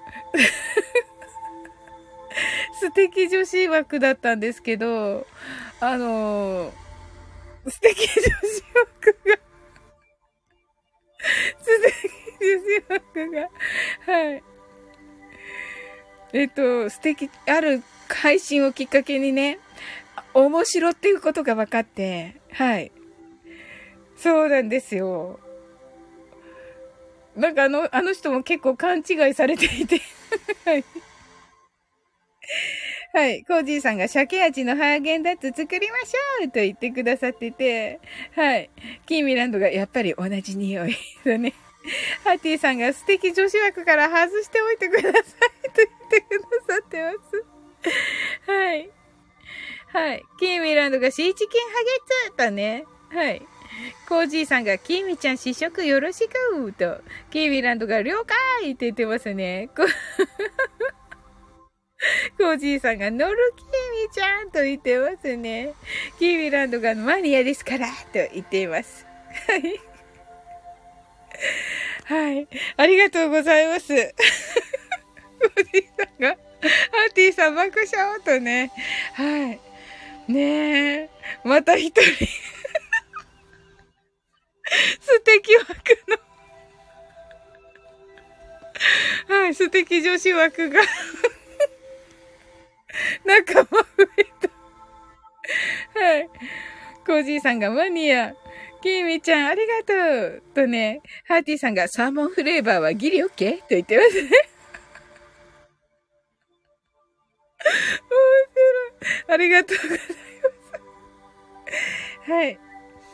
素敵女子枠だったんですけど、あの、素敵女子枠が、素敵女子枠が、はい。えっと、素敵、ある配信をきっかけにね、面白っていうことが分かって、はい。そうなんですよ。なんかあの、あの人も結構勘違いされていて、はい。はい。コージーさんが鮭味のハーゲンダッツ作りましょうと言ってくださってて、はい。キーミランドがやっぱり同じ匂いだね。ハッティさんが素敵女子枠から外しておいてくださいと言ってくださってます。はい。はい。キーミランドがシーチキンハゲツとね。はい。コージーさんがキーミちゃん試食よろしくと。キーミランドが了解って言ってますね。コージーさんが乗るキーミちゃんと言ってますね。キーミランドがマニアですからと言っています。はい。はい。ありがとうございます。コージーさんが、ハーティーさん爆笑とね。はい。ねえ。また一人素敵枠のはい、素敵女子枠が仲間増えた。はい。コージーさんがマニア。キーミちゃんありがとうとね、ハーティーさんがサーモンフレーバーはギリオッケーと言ってますね。面白い。ありがとうございます。はい。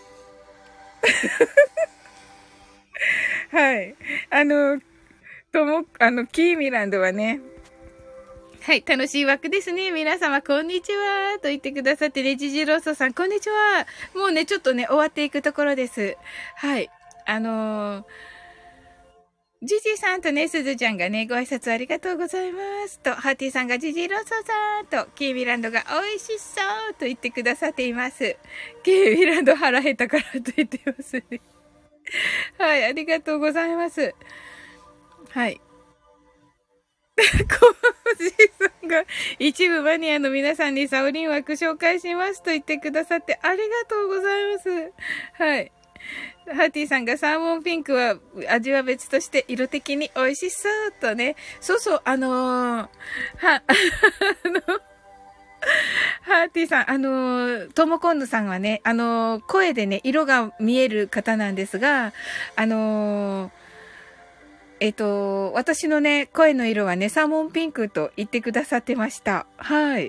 はい。あの、とも、あの、キーミランドはね、はい、楽しい枠ですね。皆様、こんにちは。と言ってくださって、レジジローソさん、こんにちは。もうね、ちょっとね、終わっていくところです。はい。あのー、ジジさんとね、すずちゃんがね、ご挨拶ありがとうございます。と、ハーティーさんがジジローソさんと、キーミランドが美味しそうと言ってくださっています。キーミランド腹減ったからと言ってますね。はい、ありがとうございます。はい。コージーさんが一部マニアの皆さんにサオリン枠紹介しますと言ってくださってありがとうございます。はい。ハーティーさんがサーモンピンクは味は別として色的に美味しそうとね。そうそう、あのー、は、あの、ハーティーさん、あのー、トモコンヌさんはね、あのー、声でね、色が見える方なんですが、あのー、えっと、私のね、声の色はね、サーモンピンクと言ってくださってました。はい。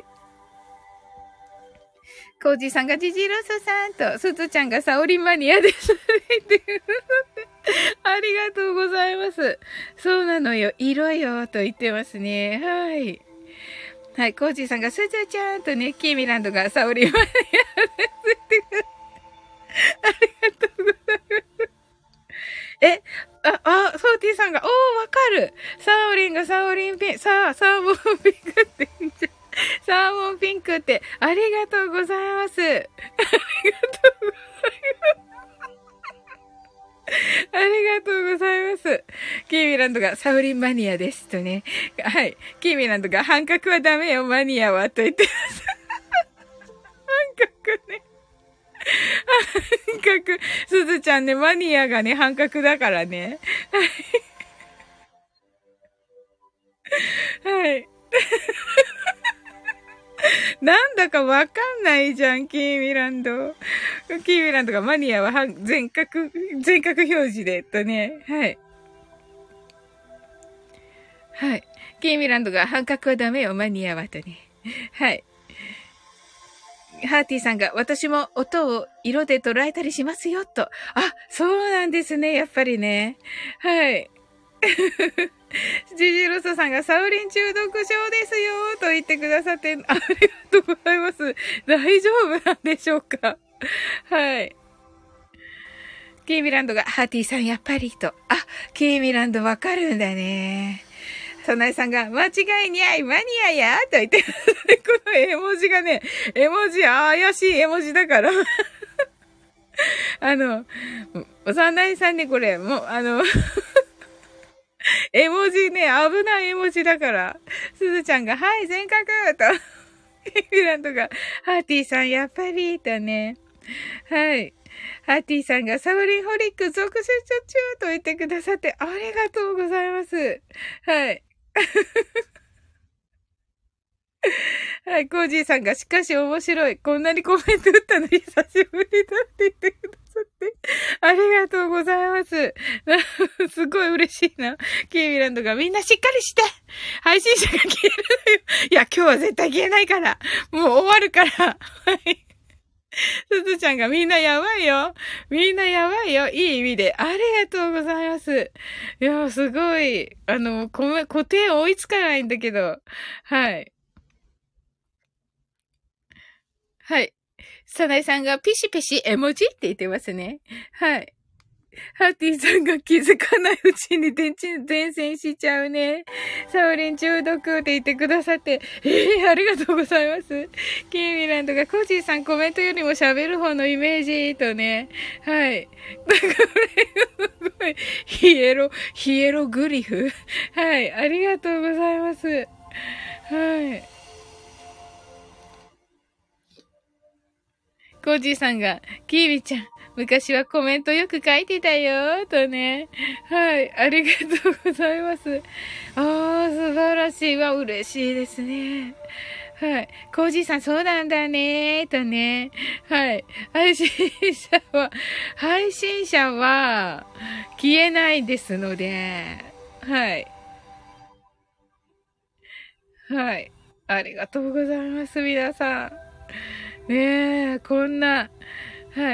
コージーさんがジジロソさんと、すずちゃんがサオリンマニアです。ありがとうございます。そうなのよ。色よと言ってますね。はい。はい。コージーさんがすずちゃんとね、キーミランドがサオリンマニアです。ありがとうございます。え、あ、あ、ソーティーさんが、おー、わかる。サオリンがサオリンピン、さあ、サーモンピンクって言っちゃう。サーモンピンクって、ありがとうございます。ありがとうございます。ありがとうございます。キーミランドがサオリンマニアですとね。はい。キーミランドが半角はダメよ、マニアはと言ってます。半角ね。半角。すずちゃんね、マニアがね、半角だからね。はい。はい。なんだかわかんないじゃん、キーミランド。キーミランドがマニアは全角、全角表示で、とね。はい。はい。キーミランドが半角はダメよ、マニアは、とね。はい。ハーティーさんが、私も音を色で捉えたりしますよ、と。あ、そうなんですね、やっぱりね。はい。ジジロソさんがサウリン中毒症ですよ、と言ってくださって、ありがとうございます。大丈夫なんでしょうか。はい。キーミランドが、ハーティーさんやっぱりと。あ、キーミランドわかるんだね。 サナエさんが、間違いにゃい、マニアやと言って、この絵文字がね、絵文字、怪しい絵文字だから。あの、サナエさんね、これ、もう、あの、絵文字ね、危ない絵文字だから。すずちゃんが、はい、全角と。ミランドが、ハーティーさん、やっぱり、とね。はい。ハーティーさんが、サウリンホリック続出中と言ってくださって、ありがとうございます。はい。はい、コージーさんが、しかし面白い。こんなにコメント打ったの久しぶりだって言ってくださって。ありがとうございます。すごい嬉しいな。キーミランドが、みんなしっかりして配信者が消えるのよ。いや、今日は絶対消えないから。もう終わるから。はい。すずちゃんがみんなやばいよ。みんなやばいよ。いい意味で。ありがとうございます。いや、すごい。あの、固定追いつかないんだけど。はい。はい。サナエさんがピシピシ絵文字って言ってますね。はい。ハーティーさんが気づかないうちに電池、伝染しちゃうね。サオリン中毒って言ってくださって、ええー、ありがとうございます。キーミランドがコージーさんコメントよりも喋る方のイメージとね。はい。だから、すごい、ヒエロ、ヒエログリフはい。ありがとうございます。はい。コージーさんが、キービちゃん、昔はコメントよく書いてたよ、とね。はい、ありがとうございます。あー、素晴らしい。わ、嬉しいですね。はい。コージーさん、そうなんだね、とね。はい。配信者は、配信者は、消えないですので、はい。はい。ありがとうございます、皆さん。ねえ、こんな、はい。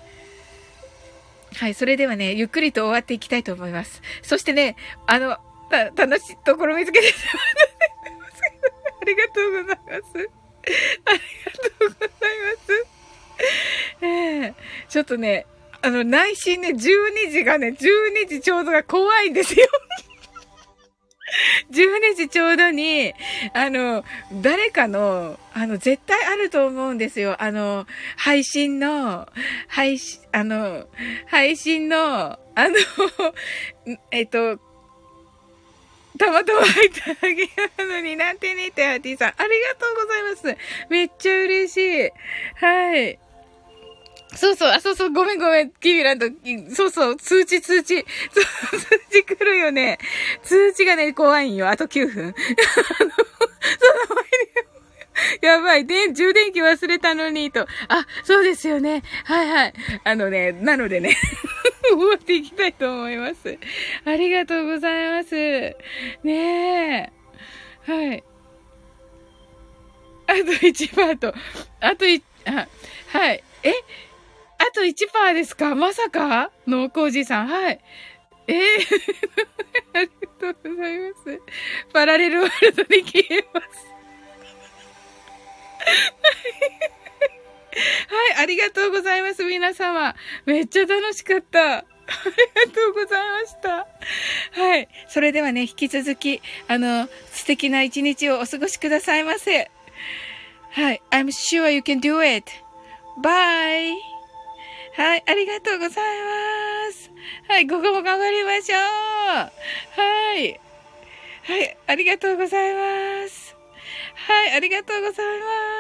はい、それではね、ゆっくりと終わっていきたいと思います。そしてね、あの、た、楽しいところ見つけてしまったありがとうございます。ありがとうございます。ええちょっとね、あの、内心ね、じゅうにじがね、じゅうにじちょうどが怖いんですよ。じゅうにじちょうどに、あの、誰かの、あの、絶対あると思うんですよ。あの、配信の、配信、あの、配信の、あの、えっと、たまたま入っただけなのになんてねってアーティさん。ありがとうございます。めっちゃ嬉しい。はい。そうそう、あ、そうそう、ごめんごめん、キビランド、そうそう、通知通知、そう通知来るよね。通知がね、怖いんよ。あときゅうふん。あの、その前に、やばい、で、充電器忘れたのに、と。あ、そうですよね。はいはい。あのね、なのでね、終わっていきたいと思います。ありがとうございます。ねえ。はい。あといちパート。あとい、あ、はい。えあと いちパーセント ですかまさかのコージーさん。はい。えー、ありがとうございます。パラレルワールドに消えます。はい、ありがとうございます、皆様。めっちゃ楽しかった。ありがとうございました。はい。それではね、引き続き、あの、素敵な一日をお過ごしくださいませ。はい。I'm sure you can do it. Bye. はい、ありがとうございます。はい、午後も頑張りましょう。はい。はい、ありがとうございます。はい、ありがとうございます。